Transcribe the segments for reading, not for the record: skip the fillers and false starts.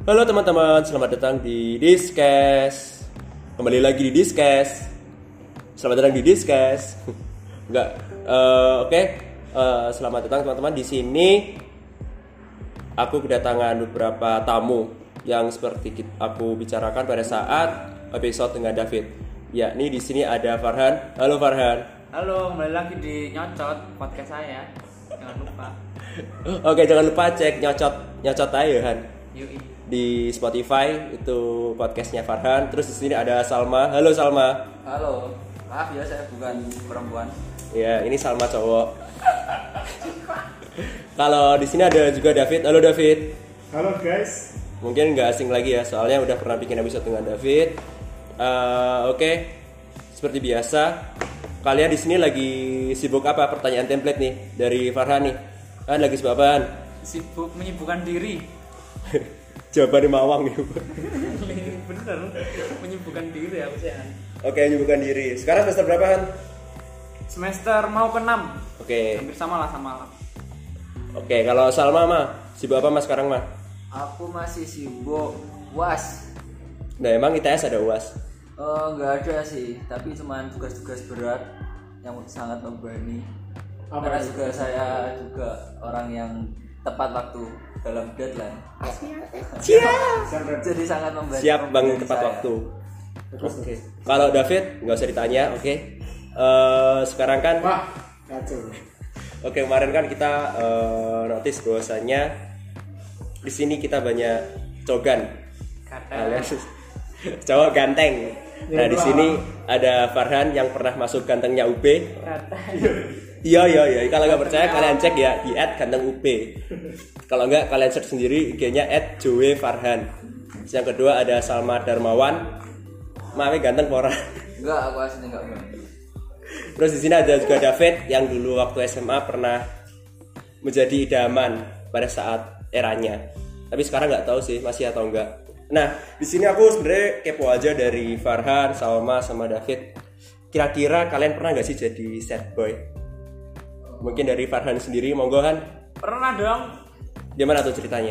Halo teman-teman, selamat datang di Discuss. Kembali lagi di Discuss. Selamat datang di Discuss. Enggak, oke. Selamat datang teman-teman. Di sini aku kedatangan beberapa tamu yang seperti aku bicarakan pada saat episode dengan David. Yakni di sini ada Farhan. Halo Farhan. Halo, kembali lagi di Nyocot podcast saya. Jangan lupa. Oke, jangan lupa cek nyocot aja Han. Yui. Di Spotify itu podcastnya Farhan. Terus di sini ada Salma. Halo Salma. Halo, maaf ya saya bukan perempuan. Ya, ini Salma cowok. Kalau di sini ada juga David. Halo David. Halo guys. Mungkin nggak asing lagi ya, soalnya udah pernah bikin episode dengan David. Oke. Seperti biasa, kalian di sini lagi sibuk apa? Pertanyaan template nih dari Farhan nih. Kan lagi sibuk apaan? Sibuk menyibukkan diri. Jawabannya mawang nih. Bener, menyibukkan diri apa sih? Oke, menyibukkan diri. Sekarang semester berapa Han? Semester mau ke 6. Oke. Hampir sama lah sama lah. Oke, kalau Salma mah sibuk apa Mas sekarang mah? Aku masih sibuk UAS. Nah, emang ITS ada UAS? Nggak ada sih, tapi cuman tugas-tugas berat yang sangat membebani. Karena juga saya juga orang yang tepat waktu dalam deadline. Jadi sangat membebani. Siap Bang, tepat saya. waktu. Oke. Kalau David nggak usah ditanya, oke. Sekarang kan Wah, kacau. Oke, kemarin kan kita notice bahwasanya di sini kita banyak cogan Kata alias cowok ganteng. Nah, di sini ada Farhan yang pernah masuk gantengnya UB. kata. Iya. Kalau nggak percaya kalian cek ya di @gantengUB. Kalau nggak kalian search sendiri IG-nya @joefarhan. Yang kedua ada Salma Darmawan. Mawe ganteng pora. Enggak, aku aslinya enggak mau. Terus di sini ada juga David yang dulu waktu SMA pernah menjadi idaman pada saat eranya. Tapi sekarang nggak tahu sih masih atau enggak. Nah, di sini aku sebenarnya kepo aja dari Farhan, Salma sama David. Kira-kira kalian pernah nggak sih jadi sad boy? Mungkin dari Farhan sendiri, monggo Han. Pernah dong. Gimana tuh ceritanya?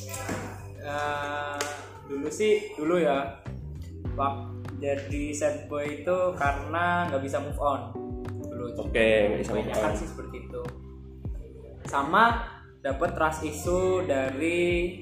Dulu ya. Jadi sad boy itu karena nggak bisa move on. Dulu. Oke, nggak bisa move Kebanyakan on. sih seperti itu. Sama dapat trust issue dari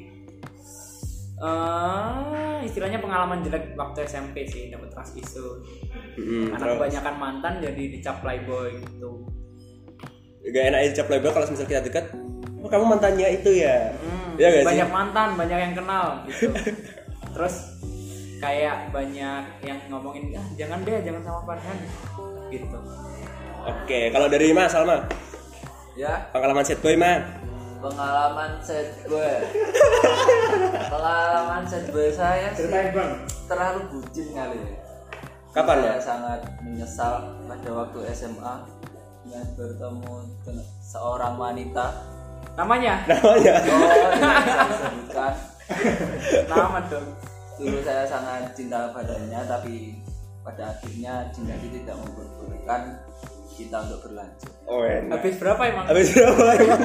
istilahnya pengalaman jelek waktu SMP sih, dapat trust issue. Karena Terus kebanyakan mantan jadi dicap playboy gitu. gak enak dicap playboy kalau misal kita dekat. Oh, kamu mantannya itu ya? Iya nggak sih? Banyak mantan, banyak yang kenal gitu. Terus kayak banyak yang ngomongin jangan sama Farhan gitu. Oke, kalau dari Mas Salma, Ya, pengalaman sad boy mah? pengalaman sad boy. Pengalaman sad boy saya sih Ceritain Bang. terlalu bucin kali ya. Kapan, Saya Bang? sangat menyesal pada waktu SMA dengan bertemu dengan seorang wanita. Namanya Oh, ini saya sebutkan. nama dong. Dulu saya sangat cinta padanya, tapi pada akhirnya cinta itu tidak memperbolehkan kita untuk berlanjut. Oh, enak. Habis berapa emang? Habis berapa emang?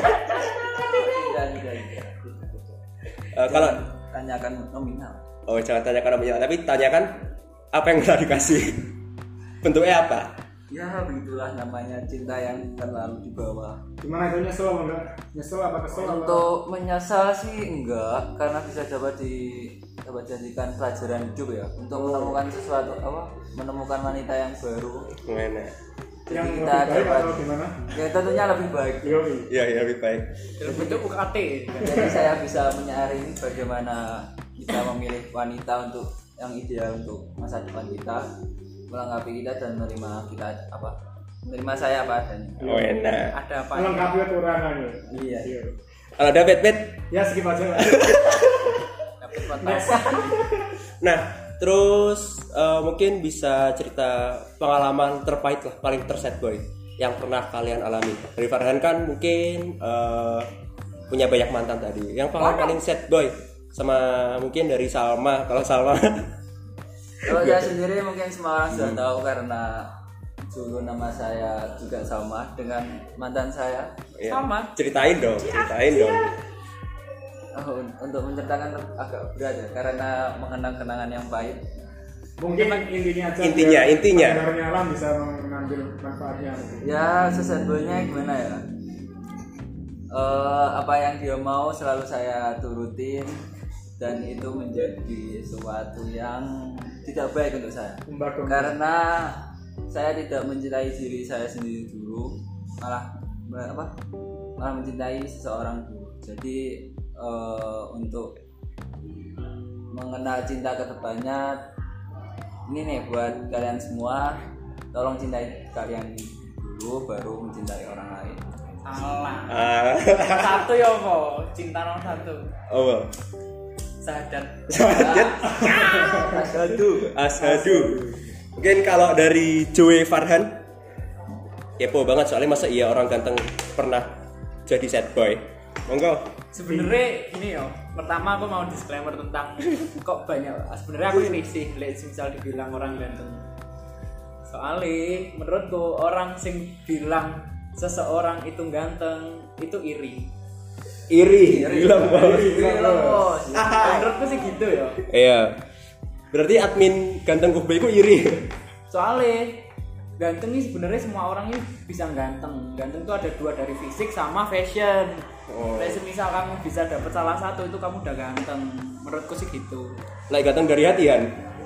Tidak. Kalau Tanyakan nominal. jangan tanyakan namanya, tapi tanyakan apa yang telah dikasih. Bentuknya apa? Ya begitulah namanya cinta yang terlalu di bawah. Gimana itu nyesel apa enggak? Nyesel apa kesel apa? Untuk menyesal sih enggak, karena bisa dapat jadikan pelajaran hidup ya, untuk menemukan sesuatu menemukan wanita yang baru. Gimana? Jadi Yang kita lebih baik dapat atau gimana? ya tentunya lebih baik. Yoi. Iya, lebih baik. Dalam bentuk UKT. Jadi saya bisa menyaring bagaimana kita memilih wanita untuk yang ideal untuk masa depan kita, melengkapi kita dan menerima saya apa adanya. Oh, enak. Ada apa? Melengkapi kekurangan ya. Iya. Kalau David, Ya skip aja lah. Dapat foto. nah, terus mungkin bisa cerita pengalaman terpahit lah, paling tersad boy yang pernah kalian alami. Dari Farhan kan mungkin punya banyak mantan tadi. Yang paling sad boy sama mungkin dari Salma. Kalau Salma Kalau saya sendiri mungkin semua orang sudah tahu karena dulu nama saya juga sama dengan mantan saya. ya, Sama. ceritain dong. untuk menceritakan agak berat ya karena mengenang kenangan yang pahit. Mungkin intinya aja. Intinya. Sebenarnya Alam bisa mengambil manfaatnya. Ya sesungguhnya gimana ya, apa yang dia mau selalu saya turutin dan itu menjadi sesuatu yang tidak baik untuk saya karena saya tidak mencintai diri saya sendiri dulu, malah mencintai seseorang dulu. Jadi untuk mengenal cinta ke depannya ini nih buat kalian semua, tolong cintai kalian dulu baru mencintai orang lain. Salah. Satu ya kok, cinta nomor satu. Apa? Sahadat. Ashadu. Mungkin kalau dari Joey Farhan, kepo banget soalnya masa iya orang ganteng pernah jadi sad boy. Monggo. Sebenarnya gini yo, pertama aku mau disclaimer tentang kok banyak. Sebenarnya aku iri sih, misal dibilang orang ganteng. Soalnya menurutku orang sing bilang seseorang itu ganteng itu iri. Bilang Bos. Menurutku sih gitu ya. Iya. Berarti admin ganteng Kubay ku iri. Soalnya ganteng ini sebenarnya semua orang ini bisa ganteng. Ganteng itu ada dua, dari fisik sama fashion. Misal kamu bisa dapet salah satu itu kamu udah ganteng. Menurutku sih gitu. Ganteng dari hatian.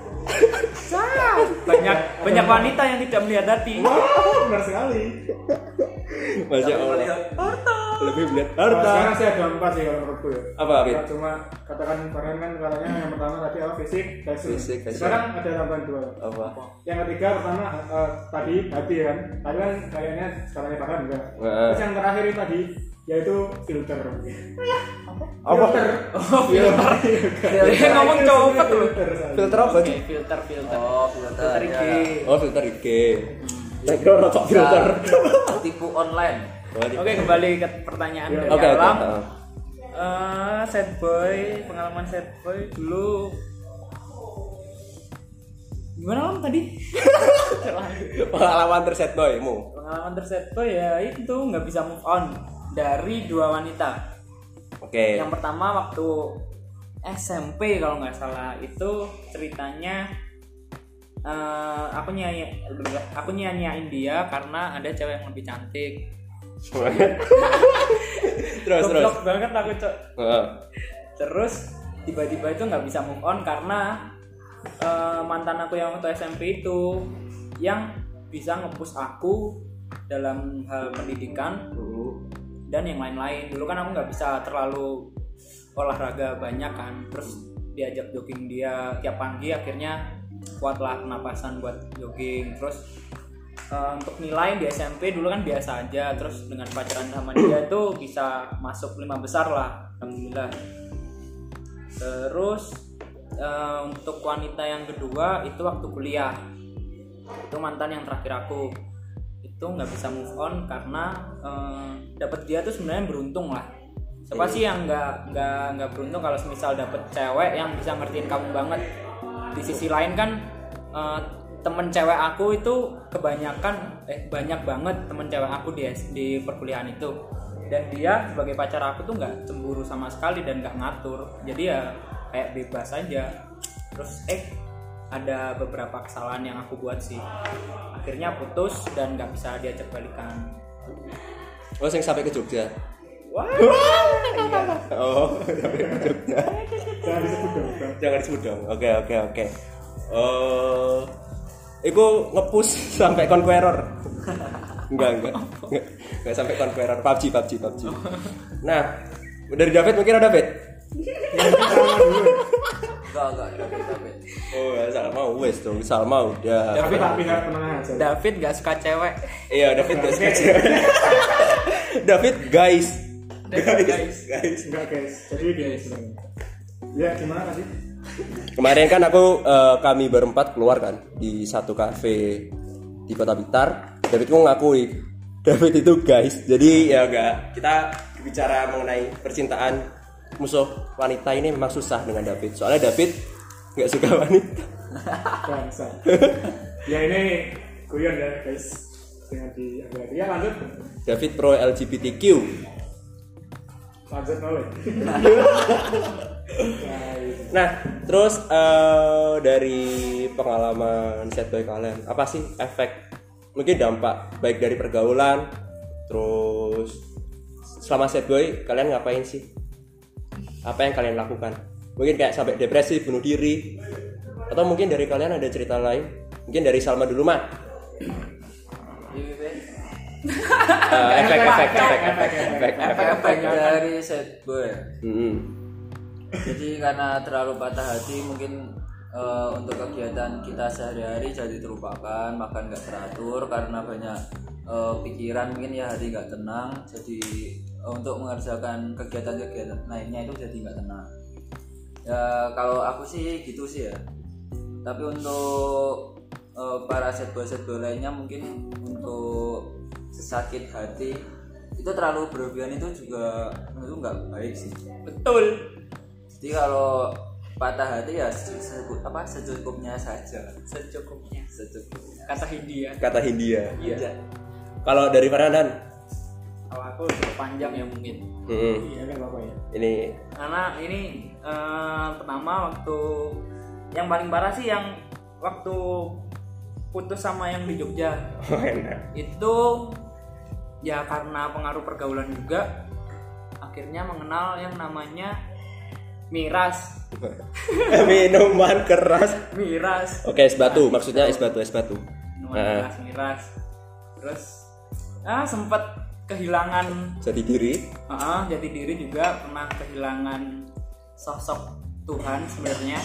Banyak wanita yang tidak melihat hati. Wow, benar sekali. Masya Allah. Lebih melihat harta. Sekarang saya ada 4 sih kalau menurutku ya. Apa, Fit? Cuma katakan Farhan kan katanya yang pertama tadi apa fisik, fashion. Fashion. Sekarang ada tambahan 2. Apa? Yang ketiga pertama tadi hati kan. Tadi kan kayaknya sekarangnya Farhan enggak. Heeh. Terus yang terakhir itu tadi yaitu filter. Apa? Filter. Dia ngomong copet loh. Filter apa? Oke, filter. Oh, filter IG. Oh, filter IG. Saya kira rokok filter. Tipu online. Oke, kembali ke pertanyaan dari Oke. Alam. Sad boy, pengalaman sad boy dulu. Gimana Alam tadi? Pengalaman terset boymu. Pengalaman terset boy ya itu nggak bisa move on dari dua wanita. Oke. Yang pertama waktu SMP kalau nggak salah, itu ceritanya aku nyanyiin dia karena ada cewek yang lebih cantik. terus. Goblok banget aku, Cok. Heeh. Terus tiba-tiba itu nggak bisa move on karena mantan aku yang waktu SMP itu yang bisa nge-push aku dalam hal pendidikan dan yang lain-lain. Dulu kan aku nggak bisa terlalu olahraga banyak kan, terus diajak jogging dia tiap pagi, akhirnya kuatlah penapasan buat jogging. Terus untuk nilai di SMP dulu kan biasa aja, terus dengan pacaran sama dia tuh bisa masuk 5 besar lah, alhamdulillah. Terus untuk wanita yang kedua itu waktu kuliah, itu mantan yang terakhir aku, itu nggak bisa move on karena dapet dia tuh sebenarnya beruntung lah. Siapa sih yang nggak beruntung kalau misal dapet cewek yang bisa ngertiin kamu banget. Di sisi lain kan temen cewek aku itu kebanyakan banyak banget temen cewek aku di perkuliahan itu, dan dia sebagai pacar aku tuh nggak cemburu sama sekali dan nggak ngatur, jadi ya kayak bebas aja. Terus ada beberapa kesalahan yang aku buat sih, akhirnya putus dan nggak bisa diajak balikan. Oh, sing sampai ke Jogja. Wah, Oh, sampai ke Jogja. Jangan disebut dong. Oke. Iku nge-push sampai Conqueror. Enggak sampai Conqueror. PUBG. Nah, dari David mungkin ada David. Enggak, David. Oh, salah mau wes dong, salah mau. Ya. Tapi tak pihak penengah aja. David gak suka cewek. Iya, David gak suka cewek. David guys. Enggak guys. Jadi gini sebenarnya. Ya gimana tadi? Kemarin kan kami berempat keluar kan di satu kafe di Kota Blitar. David mau ngakui David itu guys. Jadi ya enggak, kita bicara mengenai percintaan musuh wanita ini memang susah dengan David. Soalnya David enggak suka wanita. Bangsa. Ya ini guyon ya guys. Dengan di ya lanjut. David pro LGBTQ. Lanjut nolak. Nah, terus dari pengalaman set boy kalian, apa sih efek mungkin dampak baik dari pergaulan, terus selama set boy kalian ngapain sih? Apa yang kalian lakukan? Mungkin kayak sampai depresi, bunuh diri, atau mungkin dari kalian ada cerita lain? Mungkin dari Salma dulu mah. Efek dari set boy. Jadi karena terlalu patah hati mungkin untuk kegiatan kita sehari-hari jadi terlupakan, makan nggak teratur karena banyak pikiran, mungkin ya hati nggak tenang, jadi untuk mengerjakan kegiatan-kegiatan lainnya itu jadi nggak tenang. Ya kalau aku sih gitu sih ya. Tapi untuk para set boy lainnya mungkin untuk sesakit hati itu terlalu berlebihan itu juga itu nggak baik sih. Betul. Jadi kalau patah hati ya secukupnya saja. Secukupnya. Secukupnya. Kata Hindia. Iya. Kalau dari Farhan, Kalau aku cukup panjang ya mungkin. Iya kan Bapak ya. ini Karena ini pertama waktu yang paling parah sih yang waktu putus sama yang di Jogja. Itu ya karena pengaruh pergaulan juga akhirnya mengenal yang namanya miras. minuman keras. Miras. Oke, es batu, maksudnya es batu. Minuman miras. Terus sempat kehilangan Jadi diri. jati diri juga, pernah kehilangan sosok Tuhan sebenarnya.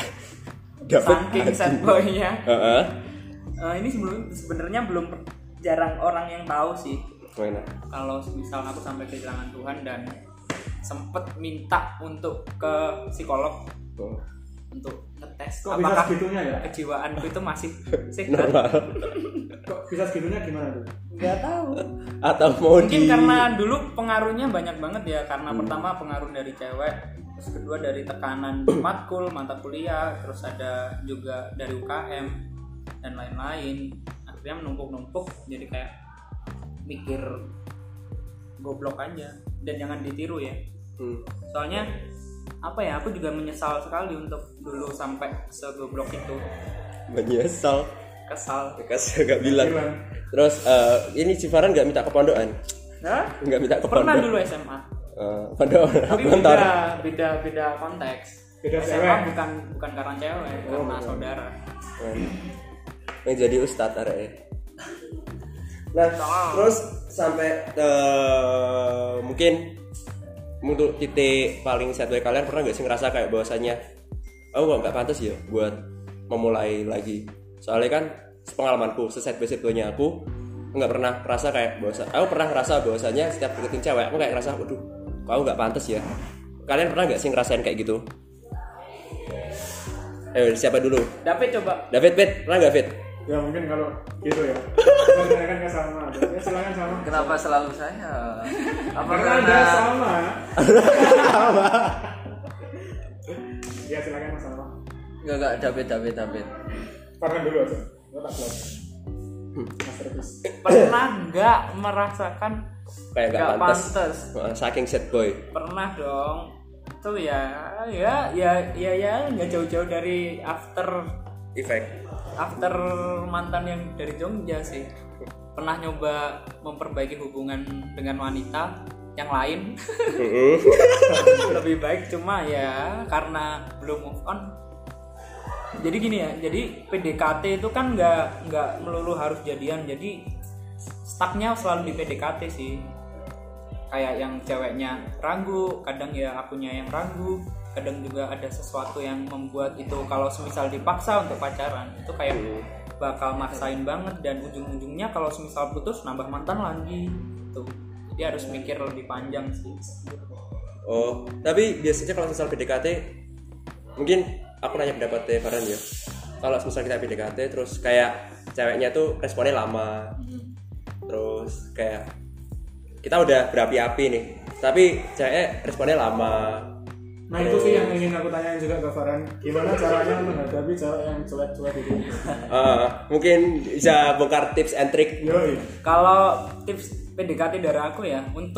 Saking sad boy-nya. Ini sebenarnya belum jarang orang yang tahu sih. Mana? Kalau misal aku sampai kehilangan Tuhan dan sempet minta untuk ke psikolog untuk ngetes Kok bisa segitunya ya? kejiwaanku itu masih sehat. Normal. Kok bisa segitunya gimana tuh? Nggak tahu. Atau mau Mungkin karena dulu pengaruhnya banyak banget ya. Karena pertama pengaruh dari cewek, terus kedua dari tekanan matkul, mata kuliah, terus ada juga dari UKM dan lain-lain. Akhirnya menumpuk-numpuk jadi kayak mikir goblok aja. Dan jangan ditiru ya. Soalnya apa ya, aku juga menyesal sekali untuk dulu sampai segoblok itu. menyesal. Kesal. Gak bilang. Terus ini si Farhan gak minta ke pondokan? Nah, Gak minta ke pernah pondok. dulu SMA. Pondok. Tapi Bentar. beda konteks. Beda SMA cewek. bukan karena cewek, karena saudara. Yang jadi ustadz arek. Nah, terus sampai mungkin untuk titik paling sad boy kalian pernah nggak sih ngerasa kayak bahwasannya nggak pantas ya buat memulai lagi? Soalnya kan pengalamanku set boy-nya aku nggak pernah ngerasa kayak aku pernah ngerasa bahwasannya setiap deketin cewek aku kayak ngerasa waduh kok aku nggak pantas ya. Kalian pernah nggak sih ngerasain kayak gitu? Siapa dulu? David coba. David, pernah nggak Fit? Ya mungkin kalau gitu ya. Silakan ke sama. Ya silakan sama. Kenapa selalu saya? Apa Karena karena ada sama. Ya silakan Mas sama. Enggak David. Farhan dulu aja. Lo tak kelas. Masterpiece. Pernah nggak merasakan Kayak nggak nggak pantas. pantas? Saking sad boy. Pernah dong. Itu ya nggak jauh-jauh dari after mantan yang dari Jogja sih. Pernah nyoba memperbaiki hubungan dengan wanita yang lain. Lebih baik, cuma ya karena belum move on. Jadi gini ya, jadi PDKT itu kan nggak melulu harus jadian. Jadi stucknya selalu di PDKT sih. Kayak yang ceweknya ragu, kadang ya akunya yang ragu, kadang juga ada sesuatu yang membuat itu kalau semisal dipaksa untuk pacaran itu kayak bakal maksain banget, dan ujung-ujungnya kalau semisal putus nambah mantan lagi gitu. Jadi harus mikir lebih panjang sih. Oh, tapi biasanya kalau misal PDKT mungkin aku nanya pendapat Farhan ya. Kalau misal kita PDKT terus kayak ceweknya tuh responnya lama. Terus kayak kita udah berapi-api nih, tapi cewek responnya lama. Nah itu sih yang ingin aku tanyain juga ke Farhan. Gimana caranya menghadapi cewek yang cuek-cuek itu? Mungkin bisa bongkar tips and trick. Yoi. Kalau tips PDKT dari aku ya, untuk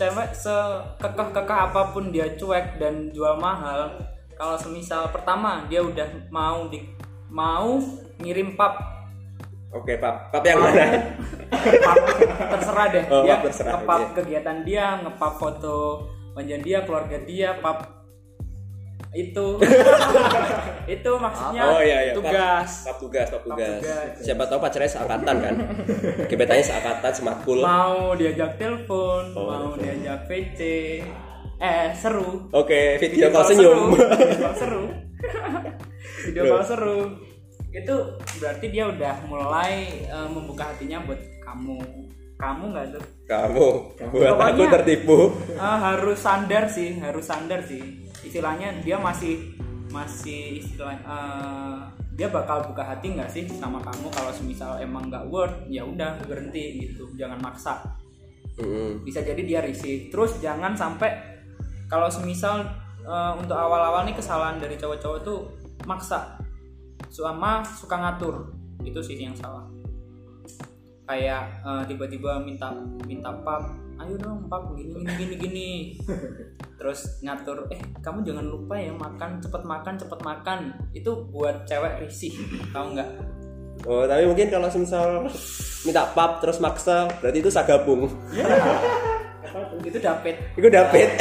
cewek sekekeh apapun dia cuek dan jual mahal, kalau semisal pertama dia udah mau ngirim pap. Oke, pap yang mana? Pap terserah deh. Oh, Dia terserah, ngepap iya. kegiatan dia, ngepap foto panjang dia, keluarga dia, pap itu. Itu maksudnya Oh iya. tugas. Pap tugas. tugas. Siapa tahu pacarnya seangkatan kan? Gebetannya seangkatan, semakul. Mau diajak telepon, Oh, mau telepon. diajak VC. Seru. Oke, video call senyum. Video call seru. Video Terus? call seru. Itu berarti dia udah mulai membuka hatinya buat kamu. Kamu nggak tuh? Kamu buat aku Pokoknya, tertipu. harus sadar sih. Istilahnya dia masih istilah dia bakal buka hati nggak sih sama kamu kalau semisal emang nggak worth, ya udah berhenti gitu, jangan maksa. Bisa jadi dia risih. Terus jangan sampai kalau semisal untuk awal-awal nih kesalahan dari cowok-cowok tuh maksa sama suka ngatur, itu sih yang salah. Kayak tiba-tiba minta pap, ayo dong pap gini. Terus ngatur, kamu jangan lupa ya cepet makan. Itu buat cewek risih, tahu nggak? Oh, tapi mungkin kalau misal minta pap terus maksa, berarti itu sagabung. Itu dapet. Itu dapet.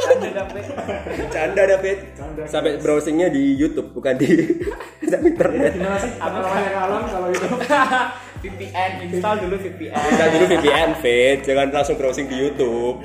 Canda dapet. Canda. Sampai browsingnya di YouTube bukan di internet. Gimana sih? Apa namanya kalam kalau itu? VPN, install dulu VPN. Kita dulu VPN, Fit. Jangan langsung browsing di YouTube.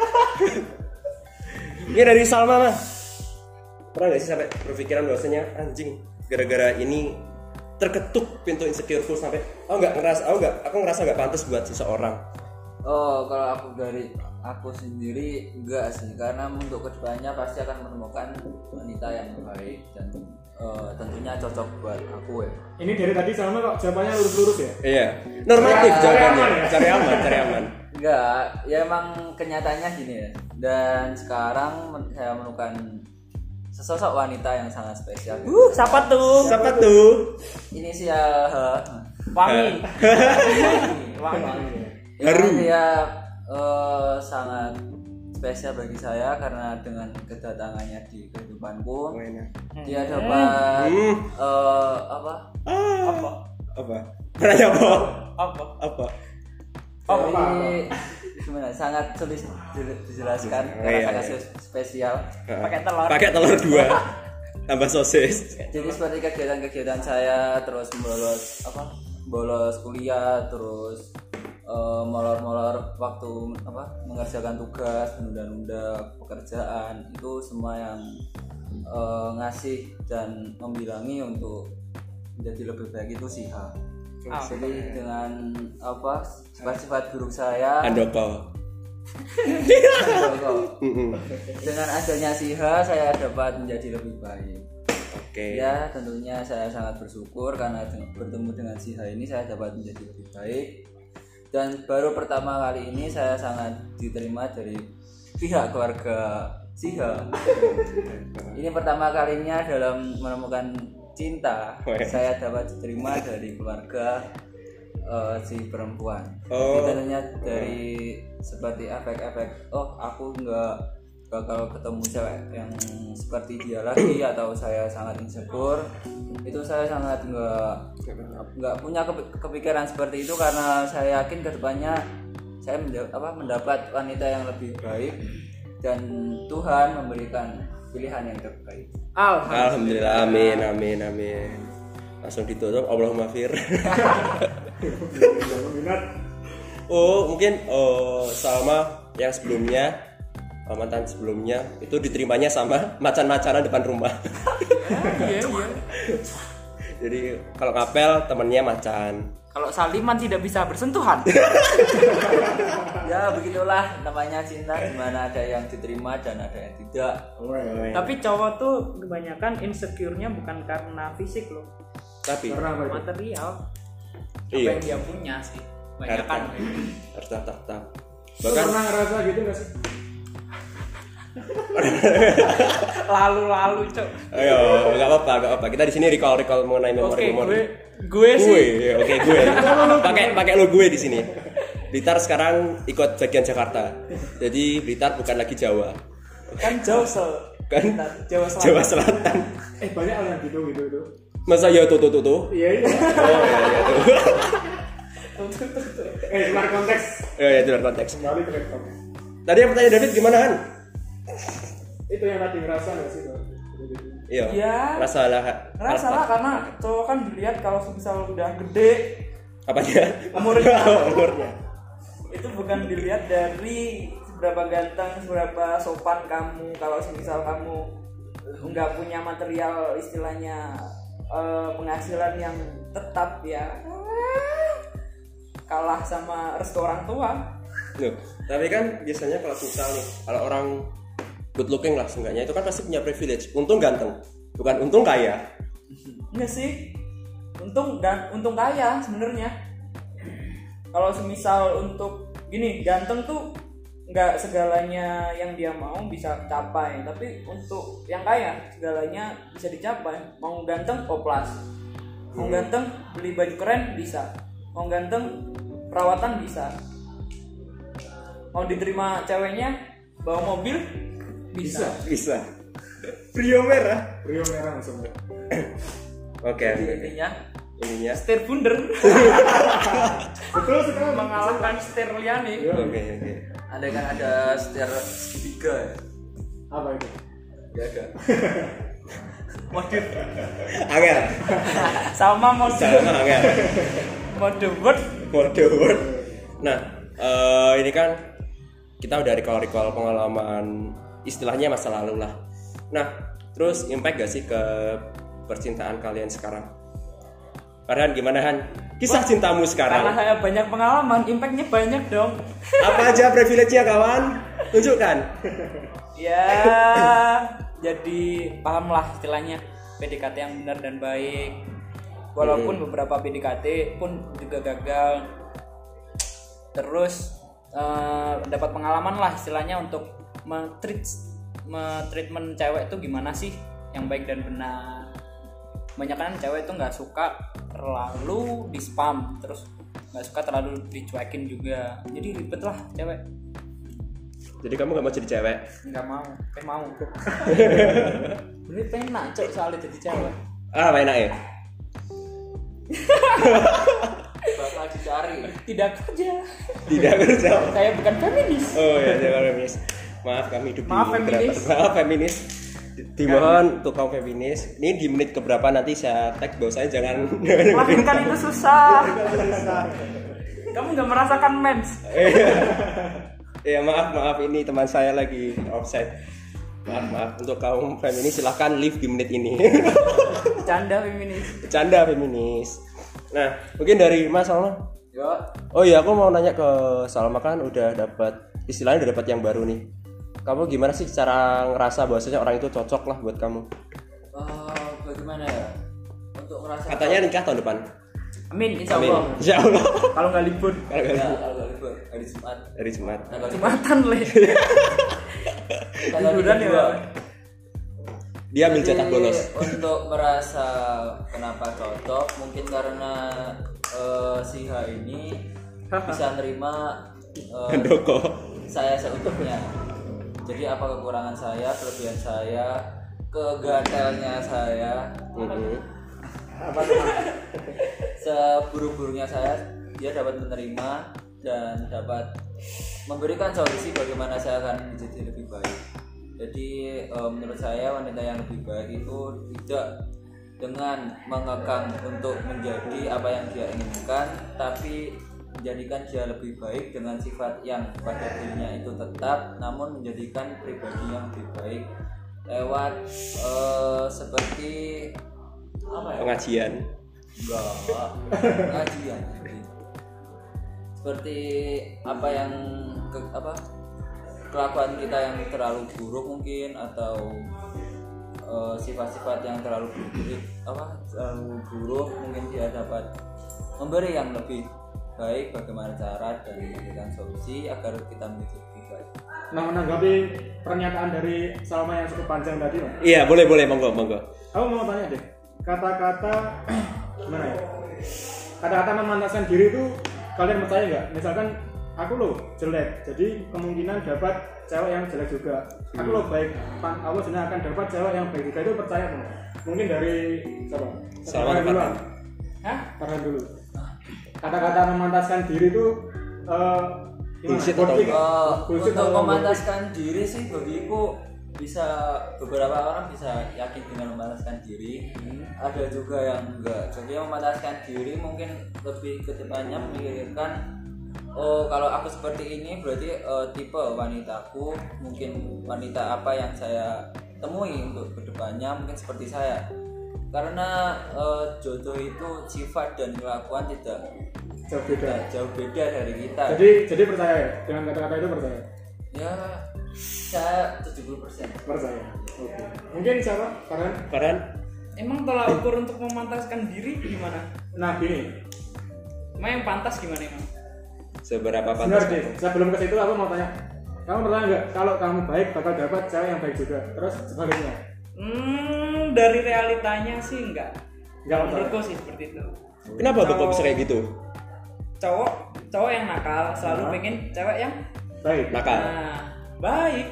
Ini dari Salma, mah. Pernah nggak sih sampai berpikiran bahwasanya anjing gara-gara ini terketuk pintu insecureku sampai aku ngerasa nggak pantas buat seseorang. Oh, kalau aku sendiri enggak sih, karena untuk kedepannya pasti akan menemukan wanita yang baik dan tentunya cocok buat aku ya. Ini dari tadi sama kok jawabannya lurus-lurus ya? Iya, normatif Cari jawabannya. aman ya? Cari aman. Enggak, ya emang kenyataannya gini ya. Dan sekarang saya menemukan sesosok wanita yang sangat spesial. Siapa tuh? Siapa tuh? Inisial H. Wangi. Ya, Haru. dia sangat spesial bagi saya karena dengan kedatangannya di kehidupanku dia dapat Apa? Nanya apa? Jadi gimana? Sangat sulit dijelaskan karena sangat spesial. Pakai telur 2 tambah sosis. Jadi seperti kegiatan saya terus bolos kuliah, terus molor waktu mengerjakan tugas, menunda pekerjaan, itu semua yang ngasih dan membilangi untuk menjadi lebih baik itu si H. Jadi dengan sifat-sifat buruk saya, Handoko. dengan adanya si H saya dapat menjadi lebih baik. Oke. Ya, tentunya saya sangat bersyukur karena bertemu dengan si H ini saya dapat menjadi lebih baik. Dan baru pertama kali ini saya sangat diterima dari pihak keluarga si H. Ini pertama kalinya dalam menemukan cinta saya dapat diterima dari keluarga si perempuan. Jadi tentunya dari seperti efek-efek, aku nggak bakal ketemu cewek yang seperti dia lagi atau saya sangat insecure, itu saya sangat nggak punya kepikiran seperti itu karena saya yakin kedepannya saya mendapat wanita yang lebih baik dan Tuhan memberikan pilihan yang terbaik. Alhamdulillah, amin. Langsung ditutup, Allahumma fir. Mungkin Salma yang sebelumnya, mantan sebelumnya itu diterimanya sama macan-macanan depan rumah. Iya. Jadi kalau ngapel temennya macan. Kalau saliman tidak bisa bersentuhan. Ya begitulah namanya cinta, dimana ada yang diterima dan ada yang tidak. Tapi cowok tuh kebanyakan insecure-nya bukan karena fisik loh, Tapi material. Apa iya, yang dia punya sih kebanyakan. harta tahta. Lu pernah ngerasa gitu gak sih? Lalu cok. Ayo, nggak apa-apa. Kita di sini recall mengenai memori. Gue sih. Oke, gue. Pakai lo gue di sini. Blitar sekarang ikut bagian Jakarta. Jadi Blitar bukan lagi Jawa. Kan Jawa Kan Jawa Selatan. Jawa Selatan. Banyak orang gitu. Masa ya tuh. Iya. Oh iya tuh. Luar konteks. Ya itu luar konteks. Kembali ke laptop. Tadi yang pertanyaan David gimana Han? Itu yang tadi ngerasa nggak sih? Iya. Iya. Rasa lah karena cowok kan dilihat kalau misal udah gede apanya? umurnya. Umurnya. Itu bukan dilihat dari seberapa ganteng, seberapa sopan kamu. Kalau misal kamu nggak punya material istilahnya penghasilan yang tetap ya kalah sama restu orang tua. Loh, tapi kan biasanya kalau misal nih, kalau orang good looking lah seenggaknya itu kan pasti punya privilege. Untung ganteng, bukan untung kaya. Enggak sih, untung kaya sebenarnya. Kalau semisal untuk gini, ganteng tuh nggak segalanya yang dia mau bisa capai, tapi untuk yang kaya segalanya bisa dicapai. Mau ganteng oplas, mau ganteng beli baju keren bisa, mau ganteng perawatan bisa, mau diterima ceweknya bawa mobil bisa. Prio merah. Langsung. Oke. Intinya Ininya. Setir bunder Betul sekali. mengalahkan setir liane. Oke. ada kan ada setir segitiga ya. Apa itu? Ya ada. Mode Angel. sama mode Angel. mode word. Word. Nah, ini kan kita udah recall pengalaman istilahnya masa lalu lah. Nah, terus impact gak sih ke percintaan kalian sekarang? Farhan gimana Han? Kisah cintamu Karena sekarang. saya banyak pengalaman, impactnya banyak dong. Apa aja privilege-nya kawan? Tunjukkan. Ya, jadi pahamlah istilahnya PDKT yang benar dan baik. Walaupun beberapa PDKT pun juga gagal. Terus dapat pengalaman lah istilahnya untuk treatment cewek itu gimana sih yang baik dan benar. Banyak kan cewek itu nggak suka terlalu di spam, terus nggak suka terlalu dicuekin juga, jadi ribet lah cewek. Jadi kamu gak mau jadi cewek? Nggak mau, mau bener pengen nacok soalnya jadi cewek. Enak ya? Bakal dicari. Tidak kerja, Tidak kerja. saya bukan feminis. Oh ya, jangan feminis. Maaf kami hidup Maaf, feminis. Maaf feminis. Dimohon untuk kaum feminis. Ini di menit keberapa nanti saya tag bahwasanya jangan. Melahirkan itu susah. Kamu nggak merasakan mens. Ya maaf ini teman saya lagi offside. Maaf untuk kaum feminis silahkan leave di menit ini. Bercanda feminis. Nah mungkin dari Mas Salma. Ya. Oh iya aku mau nanya ke Salma, kan udah dapat istilahnya udah dapat yang baru nih. Kamu gimana sih cara ngerasa bahwasanya orang itu cocok lah buat kamu? Bagaimana ya? Untuk ngerasa Katanya nikah tahun depan. Amin, insya Allah. Insya Allah. Kalau nggak libur, ya, kalau nggak libur hari Jumat. Hari Jumat. Tanggal Jumatan le. tanggal Liburan 22. ya. Dia ambil Jadi, cetak bolos. Untuk merasa kenapa cocok, mungkin karena si H ini bisa nerima Handoko. saya seutuhnya. Jadi apa kekurangan saya, kelebihan saya, kegatelnya saya, seburuk-buruknya saya, dia dapat menerima dan dapat memberikan solusi bagaimana saya akan menjadi lebih baik. Jadi menurut saya wanita yang lebih baik itu tidak dengan mengekang untuk menjadi apa yang dia inginkan, tapi menjadikan dia lebih baik dengan sifat yang pada dirinya itu tetap, namun menjadikan pribadi yang lebih baik lewat seperti apa ya? Pengajian. Enggak, pengajian. Seperti apa yang kelakuan kita yang terlalu buruk mungkin, atau sifat-sifat yang terlalu buruk mungkin dia dapat memberi yang lebih baik bagaimana cara dan memberikan solusi agar kita menjadi lebih baik. Nah, menanggapi pernyataan dari Salma yang cukup panjang tadi, Pak. Iya, boleh, monggo. Aku mau tanya deh, kata-kata gimana ya? Kata-kata memantaskan diri itu kalian percaya nggak? Misalkan aku lo jelek, jadi kemungkinan dapat cewek yang jelek juga. Aku lo baik, aku sebenarnya akan dapat cewek yang baik juga, itu percaya nggak? Mungkin dari siapa? Selamat dulu. datang. Hah? Farhan dulu. Kata-kata memantaskan diri itu Bullshit atau bullshit Untuk atau memantaskan diri sih bagiku bisa, beberapa orang bisa yakin dengan memantaskan diri, ada juga yang enggak. Jadi yang memantaskan diri mungkin lebih ke depannya memikirkan, oh kalau aku seperti ini berarti tipe wanitaku, mungkin wanita apa yang saya temui untuk kedepannya mungkin seperti saya. Karena jodoh itu sifat dan kelakuan tidak jauh beda dari kita. Jadi percaya ya? Dengan kata-kata itu percaya? Ya saya 70% Percaya. Oke. Mungkin siapa? Farhan? Emang tolak ukur untuk memantaskan diri gimana? Nah gini, Emang yang pantas gimana emang? Seberapa pantas? sebenarnya sebelum ke situ aku mau tanya, kamu pernah nggak kalau kamu baik bakal dapat cewek yang baik juga? Terus sebaliknya? Dari realitanya sih enggak. Nggak Menurutku sih seperti itu. Kenapa tuh kok bisa kayak gitu? Cowok yang nakal selalu pengen cewek yang Baik. Nakal. baik.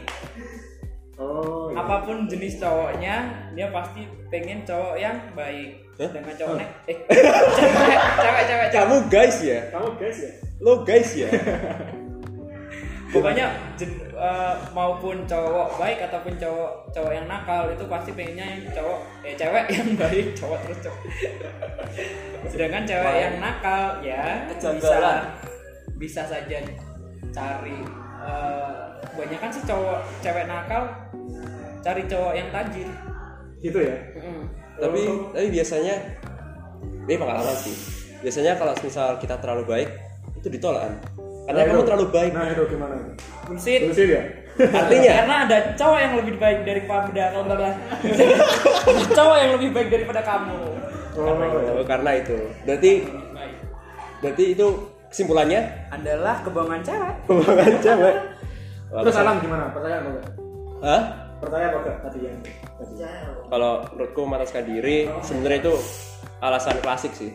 Oh. Iya. Apapun jenis cowoknya, dia pasti pengen cowok yang baik. Hah? Dengan cowok cewek. Kamu guys ya? Kamu guys ya? Lo guys ya? Pokoknya maupun cowok baik ataupun cowok yang nakal itu pasti pengennya yang cewek yang baik, cowok terus cowok. Sedangkan cewek yang nakal ya Kejanggalan. bisa saja cari kebanyakan sih cewek nakal cari cowok yang tajir. Gitu ya? Tapi biasanya ini pengalaman sih. Biasanya kalau misal kita terlalu baik itu ditolak kan? Karena Nah, kamu itu. terlalu baik. Nah itu gimana? Bullshit. Bullshit ya? Artinya Karena ada cowok yang lebih baik daripada cowok yang lebih baik daripada kamu. karena itu. Berarti itu kesimpulannya Adalah kebohongan cewek. kebohongan cewek. Terus Alam gimana? Percaya apa enggak? Hah? Percaya apa enggak tadi yang? Kalau menurutku memantaskan diri sebenarnya itu alasan klasik sih.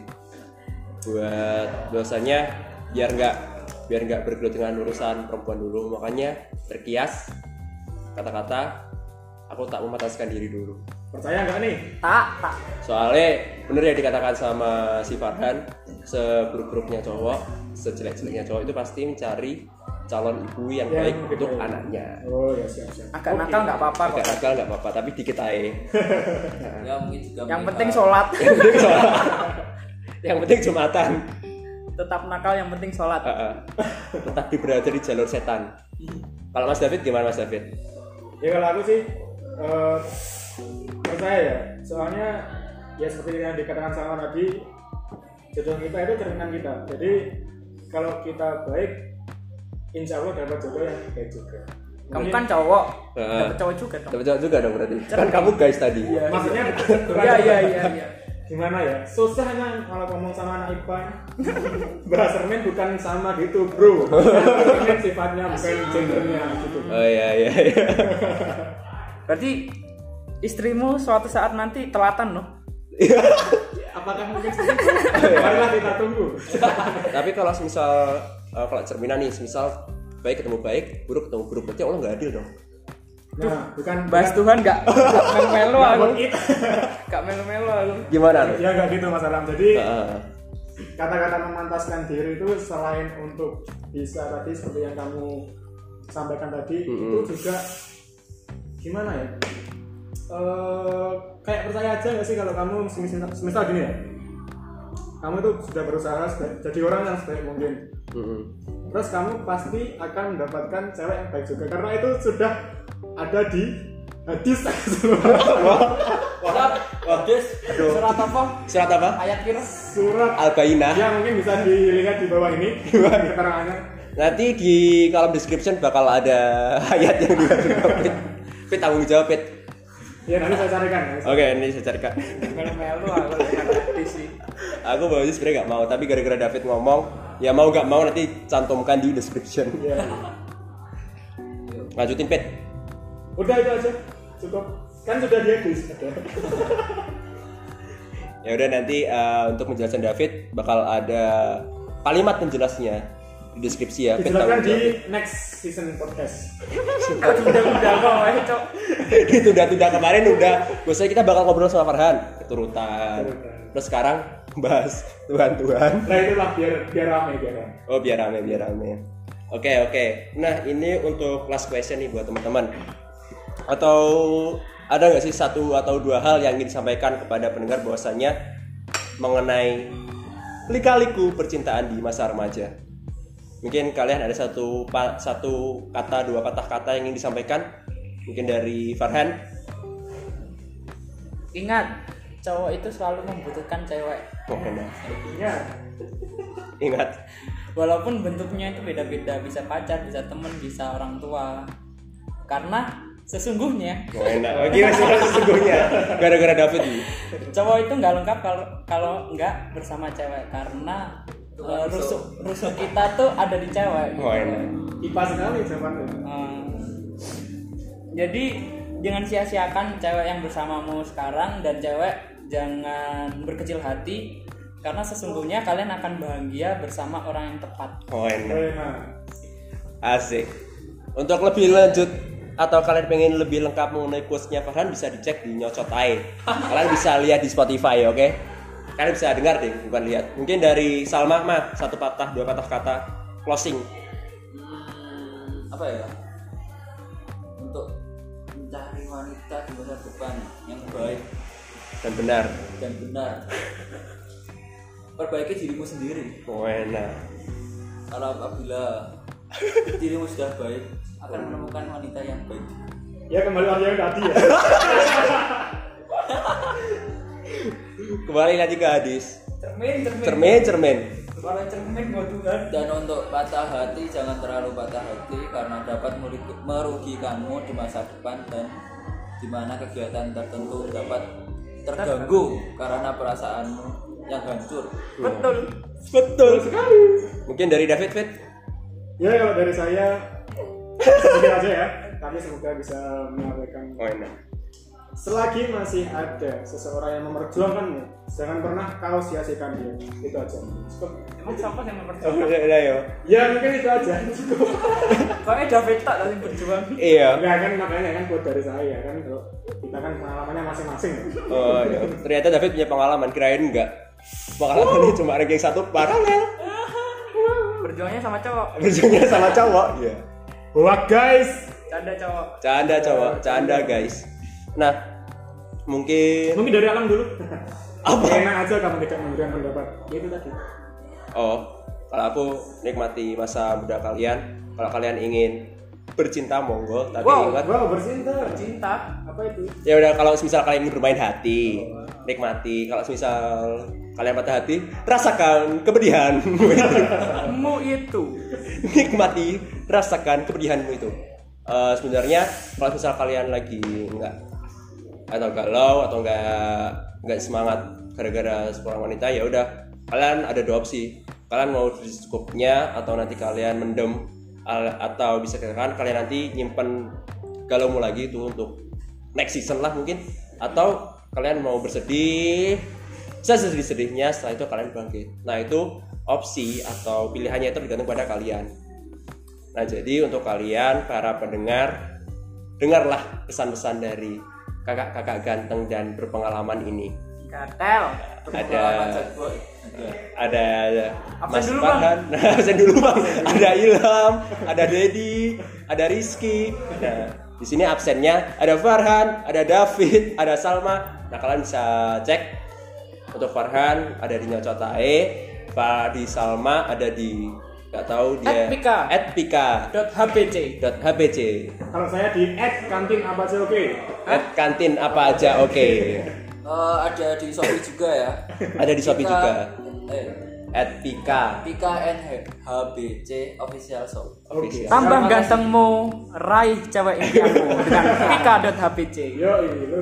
Buat dosanya biar nggak bergelut dengan urusan perempuan dulu, makanya terkias kata-kata aku tak memantaskan diri dulu. Percaya enggak nih? Tak. Soalnya bener ya dikatakan sama si Farhan, seburuk-buruknya cowok, sejelek-jeleknya cowok itu pasti mencari calon ibu yang baik untuk anaknya. Oh ya siap. Agak nakal nggak apa-apa Agak kok. nakal nggak apa-apa, tapi dikit aja. Ya mungkin juga Yang mereka- penting sholat. Yang penting Jumatan. Tetap nakal, yang penting sholat. Tetap berada di jalur setan. Kalau Mas David gimana Mas David? Ya kalau aku sih percaya ya. Soalnya ya seperti yang dikatakan sama tadi, jodoh kita itu cerminan kita. Jadi kalau kita baik, insya Allah dapat jodoh yang baik juga. Kamu kan cowok, Heeh. dapet cowok juga dong. Dapat jawab juga dong berarti. Kan kamu guys tadi. Maksudnya Iya. gimana ya? Susahnya kalau ngomong sama anak IPA. Bahas cermin bukan sama gitu, bro. Cermin sifatnya bukan gendernya gitu. Oh iya. Berarti istrimu suatu saat nanti telatan loh. Apakah mungkin seperti itu? Marilah kita tunggu. Tapi kalau misal kalau cerminan nih, misal baik ketemu baik, buruk ketemu buruk, berarti Allah nggak adil dong. Nah, bukan Bahas Tuhan nggak melo-melo aku. Nggak melo-melo aku. Gimana? Ya nggak gitu Mas Alam. Jadi Heeh. kata-kata memantaskan diri itu selain untuk bisa tadi seperti yang kamu sampaikan tadi, itu juga gimana ya? Kayak percaya aja nggak sih kalau kamu semisal gini ya, kamu tuh sudah berusaha jadi orang yang sebaik mungkin, terus kamu pasti akan mendapatkan cewek yang baik juga karena itu sudah ada di hadis. Surat apa? Surat apa? Ayat kira? Surat Al-Bayyinah. yang mungkin bisa dilihat di bawah ini keterangannya. Nanti di kolom description bakal ada ayat yang dikasih. Pit tanggung jawab Pit. Ya nanti saya carikan. Oke, ini saya carikan. Melo-melo aku ngerti sih. Aku baru sebenarnya nggak mau, tapi gara-gara David ngomong, ya mau nggak mau nanti cantumkan di description. Ya. Lanjutin Pit. Udah itu aja, cukup. Kan sudah dia guys. Ya udah nanti untuk menjelaskan David bakal ada kalimat penjelasnya di deskripsi ya. Dijelaskan di next season podcast. Udah kok, Cok. Ditunda-tunda kemarin udah. Biasanya kita bakal ngobrol sama Farhan keturutan. Terus sekarang bahas Tuhan. Nah itulah biar rame. Oh biar rame. Oke. Nah ini untuk last question nih buat teman-teman. Atau ada nggak sih satu atau dua hal yang ingin disampaikan kepada pendengar bahwasanya mengenai lika-liku percintaan di masa remaja? Mungkin kalian ada satu kata, dua patah kata yang ingin disampaikan. Mungkin dari Farhan. Ingat, cowok itu selalu membutuhkan cewek. Oh, benar. Ingat. Walaupun bentuknya itu beda-beda, bisa pacar, bisa teman, bisa orang tua. Karena sesungguhnya enak. Gimana sesungguhnya? Gara-gara David nih. Cowok itu nggak lengkap kalau nggak bersama cewek, karena rusuk kita tuh ada di cewek. Oh enak. IPA sekali jawabannya. Jadi jangan sia-siakan cewek yang bersamamu sekarang, dan cewek jangan berkecil hati, karena sesungguhnya kalian akan bahagia bersama orang yang tepat. Oh enak. Asik. Untuk lebih lanjut atau kalian pengen lebih lengkap mengenai quotes-nya Farhan, bisa dicek di Nyocotai. Kalian bisa lihat di Spotify, oke? Kalian bisa dengar deh, bukan lihat. Mungkin dari Salma mah satu patah, dua patah kata closing. Apa ya? Untuk mencari wanita di masa depan yang baik Dan benar. Perbaiki dirimu sendiri. Oh enak. Kalau apabila dirimu sudah baik, akan menemukan wanita yang baik. Ya kembali lagi yang tadi ya. Kembali lagi ke hadis. Cermin. Kalau cermin buat Tuhan. Dan untuk patah hati, jangan terlalu patah hati karena dapat merugikanmu di masa depan, dan di mana kegiatan tertentu dapat terganggu karena perasaanmu yang hancur. Betul sekali. Mungkin dari David, Fit. Ya kalau dari saya sedikit aja ya, tapi semoga bisa menyampaikan. Oh enak. Selagi masih ada seseorang yang memperjuangkanmu, jangan pernah kau sia-siakan dia. Itu aja. Cukup. Emang siapa yang Oh memperjuangkan? udah ya. Ya mungkin itu aja. Cukup. Kayaknya David tak tadi berjuang. Iya. Enggak kan, makanya kan quote dari saya kan, kalau kita kan pengalamannya masing-masing. Oh iya. Ternyata David punya pengalaman, kirain enggak. Pengalamannya cuma ranking 1 paralel. Berjuangnya sama cowok. Berjuangnya sama cowok. Iya. Wah guys. Canda cowok. Canda guys. Nah, mungkin Dari Alam dulu. Apa? Enak aja kamu tidak memberikan pendapat. Ya itu tadi. Oh, kalau aku nikmati masa muda kalian. Kalau kalian ingin bercinta monggo, tapi ingat Cinta. Apa itu? ya udah, kalau misal kalian ingin bermain hati, nikmati. Kalau misal kalian patah hati, rasakan kepedihanmu itu. Nikmati, rasakan kepedihanmu itu. Sebenarnya kalau misal kalian lagi enggak atau galau atau enggak semangat gara-gara seorang wanita, ya udah, kalian ada dua opsi. Kalian mau secukupnya, atau nanti kalian mendem, atau bisa katakan kalian nanti nyimpen galaumu lagi itu untuk next season lah mungkin, atau kalian mau bersedih sesedih-sedihnya, setelah itu kalian bangkit. Nah itu opsi atau pilihannya itu tergantung pada kalian. Nah jadi untuk kalian para pendengar, dengarlah pesan-pesan dari kakak-kakak ganteng dan berpengalaman ini. Gatel. Ada Mas Absen dulu, Farhan, absen dulu bang. Ada Ilham, ada Dedi, ada Rizky. Nah di sini absennya ada Farhan, ada David, ada Salma. Nah kalian bisa cek. Untuk Farhan ada di Nyocotae, di Salma ada di nggak tahu dia @pika.hbc. Kalau saya di @kantin apa aja oke. @kantin apa aja oke. Ada di Shopee juga ya. Ada di Shopee juga. Pika NHBC official shop. Official. Tambah gantengmu, raih cewek impianmu dengan pika.hbc. Yo, lur.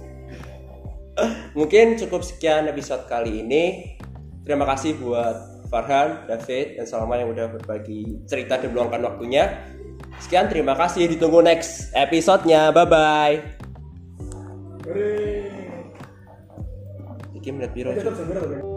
Mungkin cukup sekian episode kali ini. Terima kasih buat Farhan, David, dan Salma yang udah berbagi cerita dan meluangkan waktunya. Sekian, terima kasih. Ditunggu next episode-nya. Bye-bye. Hore. Iki menit piro? Tetap sebenarnya.